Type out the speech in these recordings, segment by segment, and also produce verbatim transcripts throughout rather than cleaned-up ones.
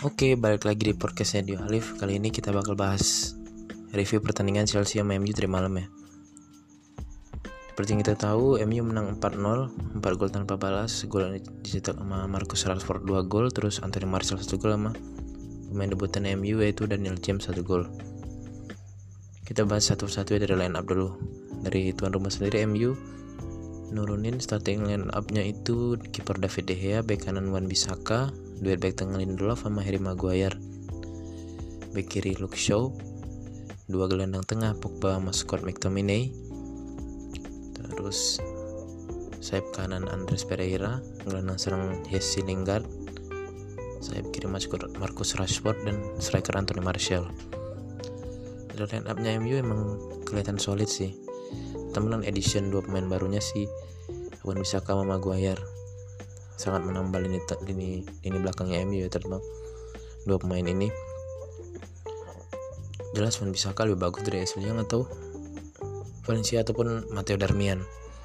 Oke, balik lagi di podcast Dio Alif. Kali ini kita bakal bahas review pertandingan Chelsea sama M U tadi malam ya. Seperti yang kita tahu, M U menang empat nol, empat gol tanpa balas. Gol dicetak sama Marcus Rashford dua gol, terus Anthony Martial satu gol sama pemain debutan M U yaitu Daniel James satu gol. Kita bahas satu-satu ya dari line up dulu. Dari tuan rumah sendiri M U nurunin starting line up-nya itu kiper David De Gea, bek kanan Wan-Bissaka, duet bek tengah Lindelof sama Harry Maguire, bek kiri Luke Shaw, dua gelandang tengah Pogba sama Scott McTominay, terus sayap kanan Andres Pereira, gelandang serang Jesse Lingard, sayap kiri Marcus Rashford dan striker Anthony Martial. Dari line up-nya M U emang kelihatan solid sih. Temenan edition dua pemain barunya sih Wan-Bissaka sama Maguire sangat menambah lini lini lini belakangnya M U ya, terutama dua pemain ini. Jelas Wan-Bissaka lebih bagus dari Ashley Young atau Valencia ataupun Matteo Darmian,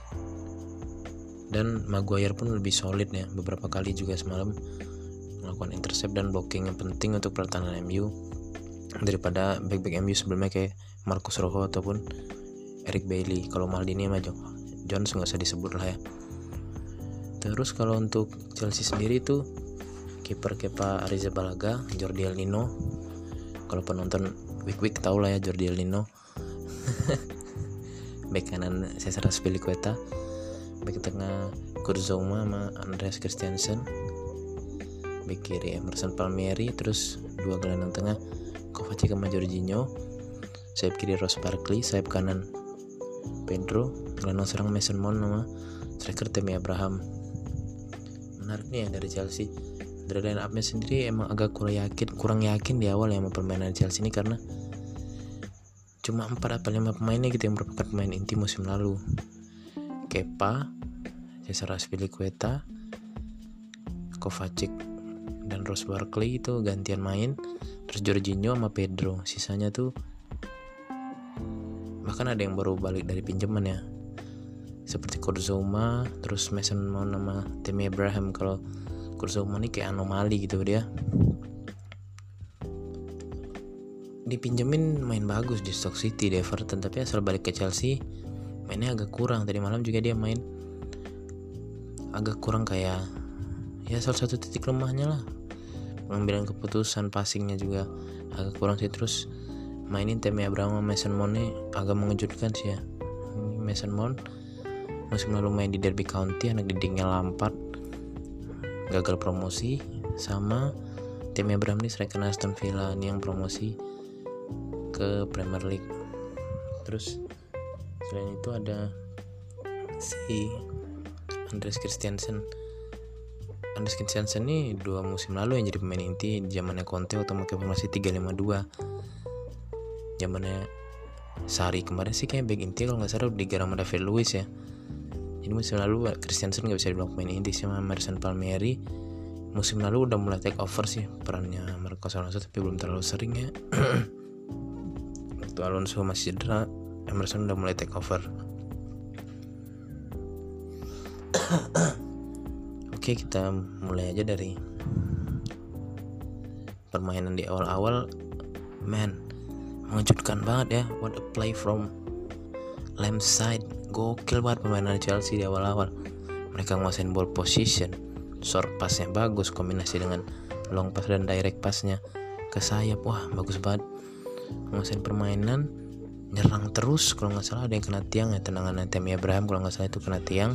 dan Maguire pun lebih solid ya, beberapa kali juga semalam melakukan intercept dan blocking yang penting untuk pertahanan M U daripada back-back M U sebelumnya kayak Marcus Rojo ataupun Eric Bailly. Kalau Maldini sama Jones nggak usah disebut lah ya. Terus kalau untuk Chelsea sendiri tuh kiper Kepa Arrizabalaga, Jordi Elnino. Kalau penonton week-week tau lah ya Jordi Elnino. Bek kanan Cesar Azpilicueta, bek tengah Kurzawa sama Andreas Christensen, bek kiri Emerson Palmieri, terus dua gelandang tengah Kovacic sama Jorginho, sayap kiri Ross Barkley, sayap kanan Pedro, gelandang serang Mason Mount sama striker Tammy Abraham. Menarik nih ya dari Chelsea. Dari line up-nya sendiri emang agak kurang yakin, kurang yakin di awal ya sama permainan Chelsea ini, karena cuma empat atau lima pemainnya gitu yang merupakan pemain inti musim lalu. Kepa, Cesar Azpilicueta, Kovacic dan Ross Barkley itu gantian main, terus Jorginho sama Pedro. Sisanya tuh bahkan ada yang baru balik dari pinjaman ya, seperti Kurzawa, terus Mason Mount sama Tammy Abraham. Kalau Kurzawa ini kayak anomali gitu, dia dipinjemin main bagus di Stoke City, di Everton, tapi asal balik ke Chelsea mainnya agak kurang. Tadi malam juga dia main agak kurang, kayak ya salah satu titik lemahnya lah, pengambilan keputusan, passingnya juga agak kurang sih. Terus mainin Tammy Abraham sama Mason Mount ini agak mengejutkan sih ya. Mason Mount musim lalu main di Derby County, anak didingnya Lampard, gagal promosi, sama Tammy Abraham ini striker Aston Villa ini yang promosi ke Premier League. Terus selain itu ada si Andreas Christensen. Andreas Christensen ini dua musim lalu yang jadi pemain inti di zamannya Conte waktu pakai formasi tiga lima dua. Zamannya Sarri kemarin sih kayak back inti kalau nggak salah digarap sama David Luiz ya. Jadi musim lalu Christensen nggak bisa dibilang pemain inti sama Emerson Palmieri. Musim lalu udah mulai take over sih perannya Marcos Alonso, tapi belum terlalu sering ya. Waktu Alonso masih cedera, Emerson udah mulai take over. Oke, kita mulai aja dari permainan di awal-awal. Man, mengejutkan banget ya, what a play from left side. Gokil banget permainan Chelsea di awal-awal. Mereka nguasain ball position, short passnya bagus, kombinasi dengan long pass dan direct passnya ke sayap, wah bagus banget. Nguasain permainan, nyerang terus. Kalau nggak salah ada yang kena tiang ya, tendangan Tammy Abraham kalau nggak salah itu kena tiang.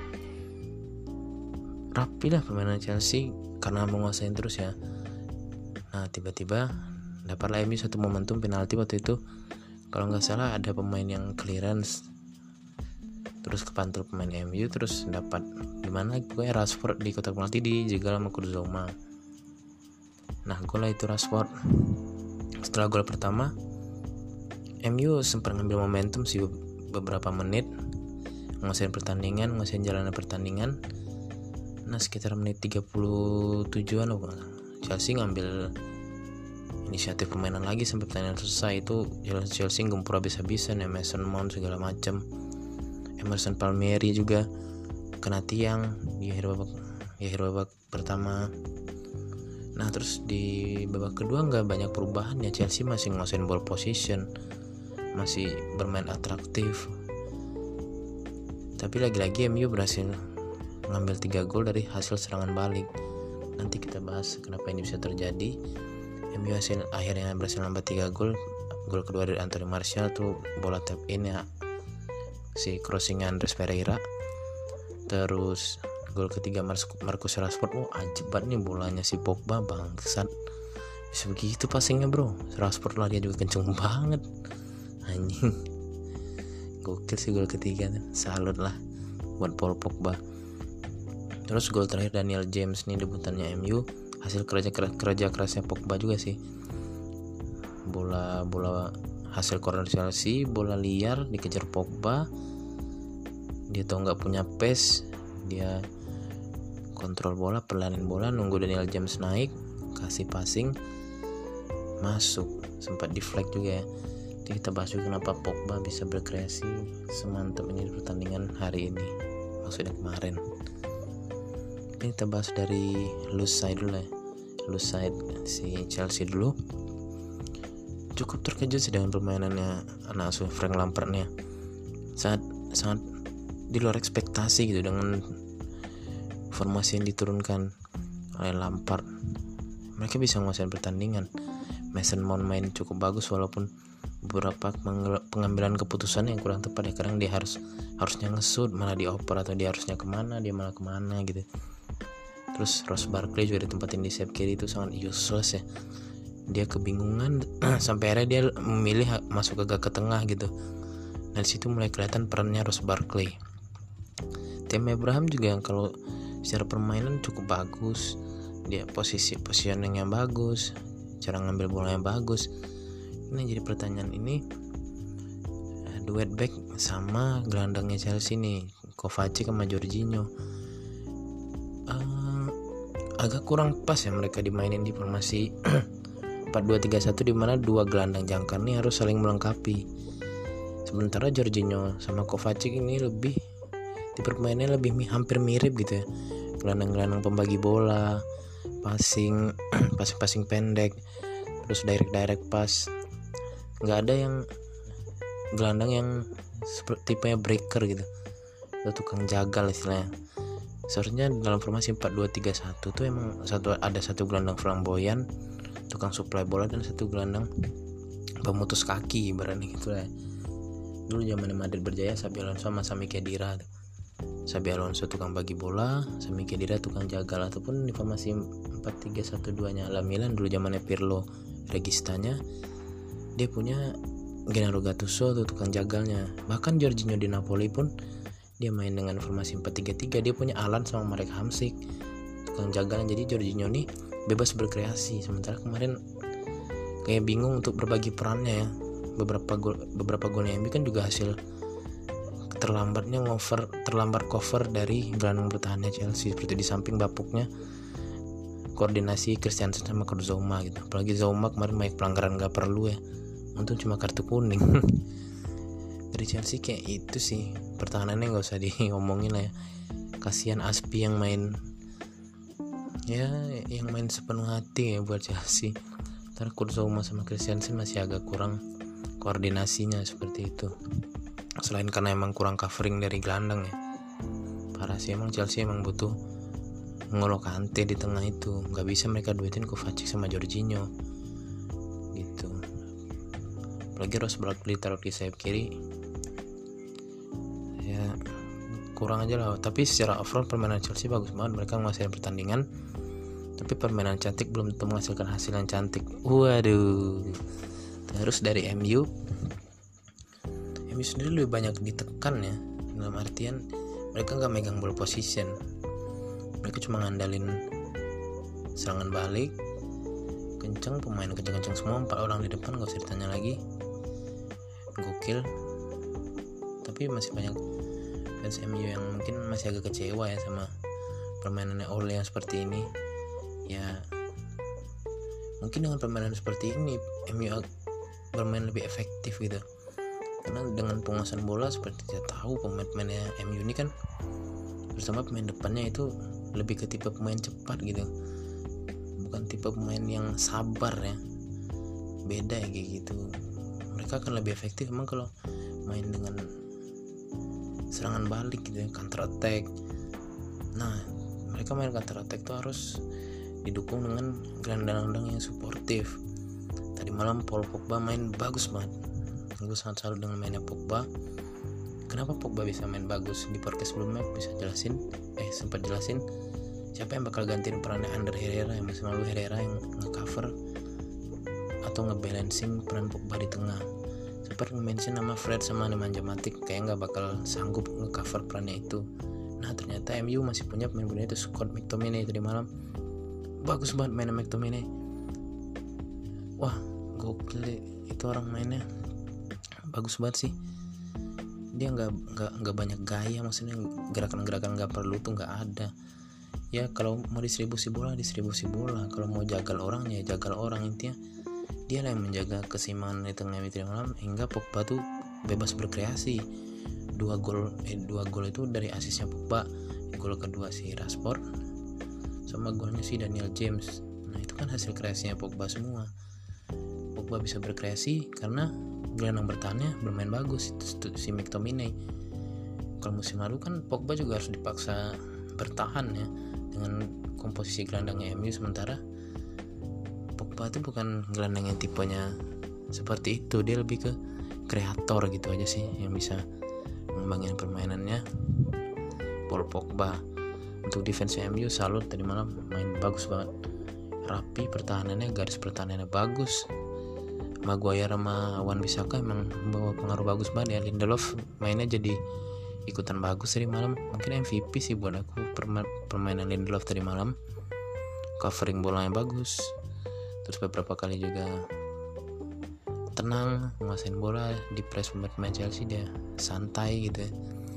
Rapi lah permainan Chelsea karena menguasain terus ya. Nah tiba-tiba dapatlah M U satu momentum penalti waktu itu. Kalau nggak salah ada pemain yang clearance, terus kepantul pemain M U, terus dapat dimana gue Rashford di kotak penalti dijegal sama Kurzawa. Nah gol lah itu Rashford. Setelah gol pertama M U sempat ngambil momentum sih beberapa menit, nguasain pertandingan, nguasain jalannya pertandingan. Nah sekitar menit tiga puluh tujuan Chelsea ngambil inisiatif permainan lagi sampai pertandingan selesai. Itu jelas Chelsea gempur habis-habisan ya, Mason Mount segala macam, Emerson Palmieri juga kena tiang di akhir babak di akhir babak pertama. Nah terus di babak kedua nggak banyak perubahan ya, Chelsea masih nguasain ball position, masih bermain atraktif, tapi lagi-lagi M U berhasil mengambil tiga gol dari hasil serangan balik. Nanti kita bahas kenapa ini bisa terjadi. M U hasil akhirnya berhasil nambah tiga gol. Gol kedua dari Anthony Martial tuh bola tap in ya, si crossingnya Andres Pereira. Terus gol ketiga Marcus Rashford, oh ajib banget nih bolanya si Pogba, bangsat bisa begitu passingnya bro. Rashford lah dia juga kenceng banget anjing, gokil sih gol ketiga, salut lah buat Paul Pogba. Terus gol terakhir Daniel James nih, debutannya M U, hasil kerja kerja kerasnya Pogba juga sih. Bola bola hasil corner Chelsea, bola liar dikejar Pogba, dia tau nggak punya pace, dia kontrol bola, perlanin bola, nunggu Daniel James naik, kasih passing, masuk, sempat deflect juga ya. Jadi kita bahas juga kenapa Pogba bisa berkreasi semantap ini di pertandingan hari ini, maksudnya kemarin. Ini kita bahas dari loose side dulu ya, loose side si Chelsea dulu. Cukup terkejut sih dengan permainannya anak asuh Frank Lampard nih, sangat sangat di luar ekspektasi gitu dengan formasi yang diturunkan oleh Lampard. Mereka bisa menguasai pertandingan. Mason Mount main cukup bagus walaupun beberapa pengambilan keputusan yang kurang tepat ya. Kadang dia harus harusnya ngesut malah dioper, atau dia harusnya kemana dia malah kemana gitu. Terus Ross Barkley juga ditempatin di sayap kiri, itu sangat useless ya. Dia kebingungan sampai akhirnya dia memilih masuk agak ke tengah gitu. Nah di situ mulai kelihatan perannya Ross Barkley. Tim Abraham juga yang kalau secara permainan cukup bagus, dia posisi positioningnya bagus, cara ngambil bolanya bagus. Ini jadi pertanyaan ini, duet back sama gelandangnya Chelsea nih, Kovacic sama Jorginho, uh, agak kurang pas ya mereka dimainin di formasi empat dua tiga satu, di mana dua gelandang jangkar nih harus saling melengkapi. Sementara Jorginho sama Kovacic ini lebih di permainannya lebih hampir mirip gitu ya, gelandang-gelandang pembagi bola, passing passing-passing pendek, terus direct-direct pass. Nggak ada yang gelandang yang seperti tipenya breaker gitu, atau tukang jagal istilahnya. Seharusnya dalam formasi empat dua tiga satu tuh emang satu ada satu gelandang flamboyan, tukang supply bola, dan satu gelandang pemutus kaki ibaratnya gitu lah. Dulu zaman Madrid berjaya, Xabi Alonso sama Sami Khedira. Xabi Alonso tukang bagi bola, Sami Khedira tukang jagal. Ataupun di formasi empat tiga satu dua nya La Milan dulu zamannya Pirlo Registanya, dia punya Gennaro Gattuso tuh tukang jagalnya. Bahkan Jorginho di Napoli pun dia main dengan formasi empat tiga tiga, dia punya Alan sama Marek Hamsik tukang jagalnya. Jadi Jorginho nih bebas berkreasi, sementara kemarin kayak bingung untuk berbagi perannya ya. Beberapa gol beberapa golnya M U kan juga hasil terlambatnya ngover terlambat cover dari gelandang bertahannya Chelsea, seperti di samping bapuknya koordinasi Christensen sama Zouma gitu. Apalagi Zouma kemarin banyak pelanggaran gak perlu ya, untung cuma kartu kuning. Dari Chelsea kayak itu sih, pertahanannya nggak usah diomongin lah ya. Kasihan Aspi yang main ya yang main sepenuh hati ya buat Chelsea. Ntar Zouma sama Christensen masih agak kurang koordinasinya seperti itu. Selain karena emang kurang covering dari gelandang ya, parah sih emang Chelsea emang butuh N'Golo Kante di tengah itu. Nggak bisa mereka duetin Kovacic sama Jorginho gitu. Apalagi Ross Barkley taruh di sayap kiri, ya kurang aja lah. Tapi secara overall permainan Chelsea bagus banget, mereka menguasai pertandingan. Tapi permainan cantik belum tentu menghasilkan hasil yang cantik. Waduh. Terus dari M U M U sendiri lebih banyak ditekan ya, dalam artian mereka nggak megang ball position, mereka cuma ngandalin serangan balik kenceng, pemain kenceng-kenceng semua, empat orang di depan nggak usah ditanya lagi, gokil. Tapi masih banyak fans M U yang mungkin masih agak kecewa ya sama permainannya Ole yang seperti ini ya. Mungkin dengan permainan seperti ini M U bermain lebih efektif gitu, karena dengan penguasaan bola seperti kita tahu pemain-pemainnya M U ini kan, terutama pemain depannya itu lebih ke tipe pemain cepat gitu, bukan bukan tipe pemain yang sabar ya, beda ya kayak gitu. Mereka akan lebih efektif emang kalau main dengan serangan balik gitu ya, counter attack. Nah mereka main counter attack tuh harus didukung dengan gelandang-gelandang yang suportif. Tadi malam Paul Pogba main bagus banget, gue sangat salut dengan mainnya Pogba. Kenapa Pogba bisa main bagus? Di podcast sebelumnya bisa jelasin, eh sempat jelasin siapa yang bakal gantiin perannya Ander Herrera yang musim lalu. Herrera yang nge-cover atau nge-balancing peran Pogba di tengah. Sempat nge-mention nama Fred sama Nemanja Matic kayak nggak bakal sanggup nge-cover perannya itu. Nah ternyata M U masih punya pemain-pemain itu. Scott McTominay tadi malam bagus banget mainnya McTominay. Wah gokil itu orang mainnya, bagus banget sih. Dia nggak nggak nggak banyak gaya, maksudnya gerakan-gerakan nggak perlu tuh nggak ada. Ya kalau mau distribusi bola distribusi bola, kalau mau jagal orang ya jagal orang. Intinya dia lah yang menjaga keseimbangan di tengah tadi malam hingga Pogba tuh bebas berkreasi. Dua gol eh dua gol itu dari asisnya Pogba, gol kedua si Rashford sama golnya si Daniel James. Nah itu kan hasil kreasinya Pogba semua. Pogba bisa berkreasi karena gelandang bertahannya bermain bagus, itu si McTominay. Kalau musim lalu kan Pogba juga harus dipaksa bertahan ya dengan komposisi gelandangnya M U, sementara Pogba itu bukan gelandang yang tipenya seperti itu. Dia lebih ke kreator gitu aja sih yang bisa mengembangin permainannya Paul Pogba. Untuk defense M U salut, tadi malam main bagus banget, rapi pertahanannya, garis pertahanannya bagus. Maguire sama Wan-Bissaka emang membawa pengaruh bagus banget ya. Lindelof mainnya jadi ikutan bagus tadi malam, mungkin M V P sih buat aku permainan Lindelof tadi malam. Covering bolanya bagus, terus beberapa kali juga tenang menguasain bola, di press pemain Chelsea dia santai gitu ya.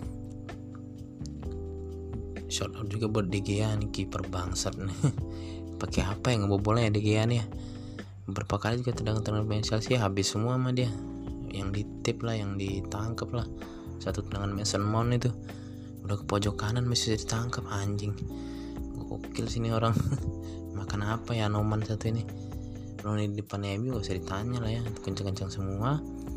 Shot out juga buat De Gea nih, kiper bangsat nih. Pakai apa yang ngebobolnya De Gea nih ya. Beberapa kali juga tendangan-tendangan pemain Chelsea habis semua sama dia, yang ditip lah, yang ditangkap lah. Satu tendangan Mason Mount itu udah ke pojok kanan masih ditangkap, anjing gokil sini orang. Makan apa ya Noman satu ini. Kalau di depan M U gak usah ditanya lah ya, kencang-kencang semua.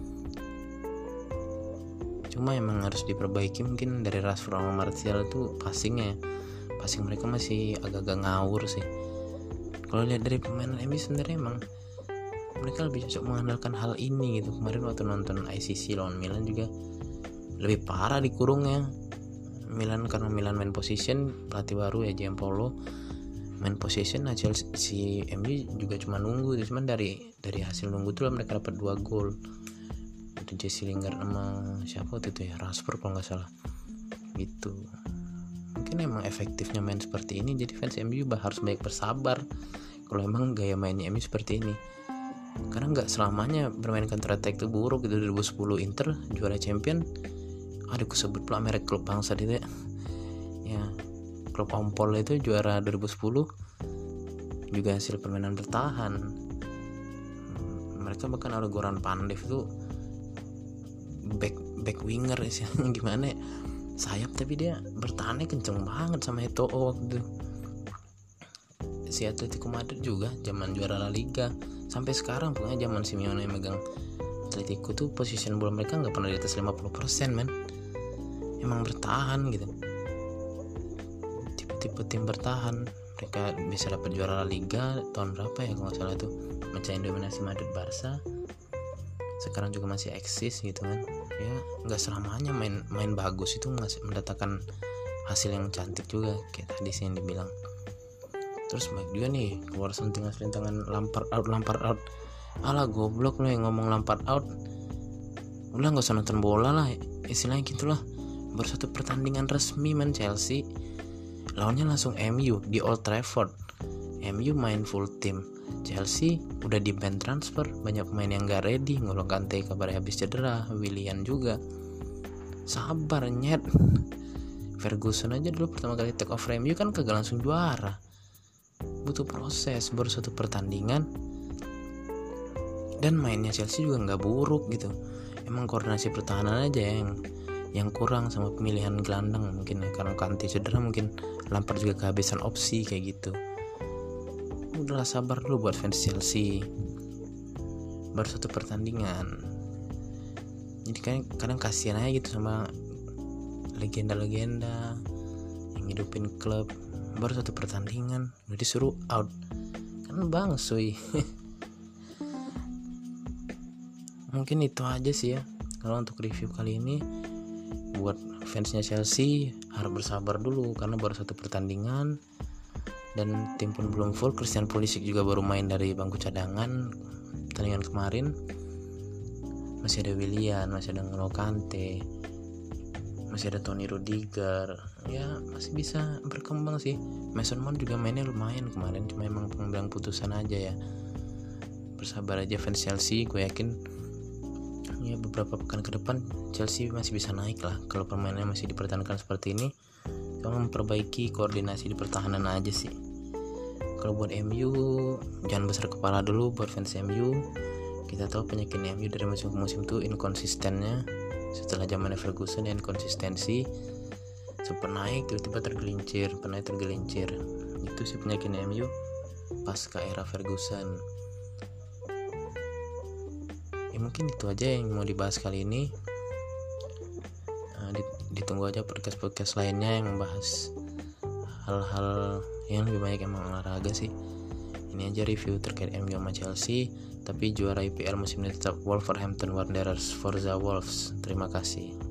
Cuma emang harus diperbaiki mungkin dari Rashford sama Martial itu passingnya ya. Passing mereka masih agak-agak ngawur sih. Kalau lihat dari permainan M U sebenarnya emang mereka lebih cocok mengandalkan hal ini gitu. Kemarin waktu nonton I C C lawan Milan juga lebih parah dikurungnya Milan, karena Milan main position, pelatih baru ya Gianpaolo main position. Nah Chelsea, si M U juga cuma nunggu, cuman dari dari hasil nunggu tuh mereka dapat dua gol. Itu Jesse Lingard sama siapa waktu itu ya, Rashford kalau nggak salah gitu. Mungkin emang efektifnya main seperti ini, jadi fans M U harus banyak bersabar kalau emang gaya mainnya M U seperti ini. Karena nggak selamanya bermain counter attack itu buruk gitu. dua ribu sepuluh Inter juara champion, aduh kusebut pula merek klub bangsa itu ya, ya klub ompol itu juara dua ribu sepuluh juga hasil permainan bertahan. Mereka bahkan ada Goran Pandev itu back back winger sih gimana ya, sayap tapi dia bertahannya kenceng banget sama Eto'o waktu itu. Si Atletico Madrid juga zaman juara La Liga sampai sekarang, pokoknya zaman Simeone yang megang Atletico tuh position bola mereka nggak pernah di atas lima puluh persen men. Emang bertahan gitu, tipe-tipe tim bertahan. Mereka bisa dapat juara La Liga tahun berapa ya kalau nggak salah tuh, mecahin dominasi Madrid Barca. Sekarang juga masih eksis gitu kan ya. Nggak selamanya main main bagus itu mendatangkan hasil yang cantik juga, kayak tadi sih yang dibilang. Terus baik juga nih keluar sentingan-sentingan Lampard out Lampard out. Alah goblok lu yang ngomong Lampard out, udah nggak usah nonton bola lah, istilahnya gitulah. Baru satu pertandingan resmi main Chelsea, lawannya langsung M U di Old Trafford. M U main full team, Chelsea udah di ban transfer, banyak pemain yang gak ready. Ngolong Kante kabarnya habis cedera, Willian juga. Sabar nyet, Ferguson aja dulu pertama kali take over M U kan kagak langsung juara, butuh proses. Baru satu pertandingan dan mainnya Chelsea juga nggak buruk gitu. Emang koordinasi pertahanan aja yang yang kurang sama pemilihan gelandang mungkin ya, karena Kante cedera mungkin Lampard juga kehabisan opsi kayak gitu. udahlah sabar dulu buat fans Chelsea, baru satu pertandingan. Jadi kan kadang kasihan aja gitu sama legenda-legenda yang hidupin klub, baru satu pertandingan udah disuruh out, kan bang suy. Mungkin itu aja sih ya kalau untuk review kali ini. Buat fansnya Chelsea harus bersabar dulu karena baru satu pertandingan dan tim pun belum full. Christian Pulisic juga baru main dari bangku cadangan pertandingan kemarin. Masih ada Willian, masih ada N'Golo Kante, masih ada Toni Rudiger, ya masih bisa berkembang sih. Mason Mount juga mainnya lumayan kemarin, cuma emang pengambilan putusan aja ya. Bersabar aja fans Chelsea, gue yakin ya beberapa pekan ke depan Chelsea masih bisa naik lah kalau permainannya masih dipertahankan seperti ini. Cuma memperbaiki koordinasi di pertahanan aja sih. Kalau buat M U jangan besar kepala dulu buat fans M U. Kita tahu penyakit M U dari musim ke musim tuh inkonsistennya. Setelah zamannya Ferguson ya inkonsistensi, sempat naik tiba-tiba tergelincir, pernah tergelincir. Itu sih penyakit M U pasca era Ferguson. Ya mungkin itu aja yang mau dibahas kali ini. Nah, ditunggu aja podcast-podcast lainnya yang membahas hal-hal yang lebih banyak emang olahraga sih. Ini aja review terkait M U sama Chelsea. Tapi juara I P L musim ini tetap Wolverhampton Wanderers. Forza Wolves. Terima kasih.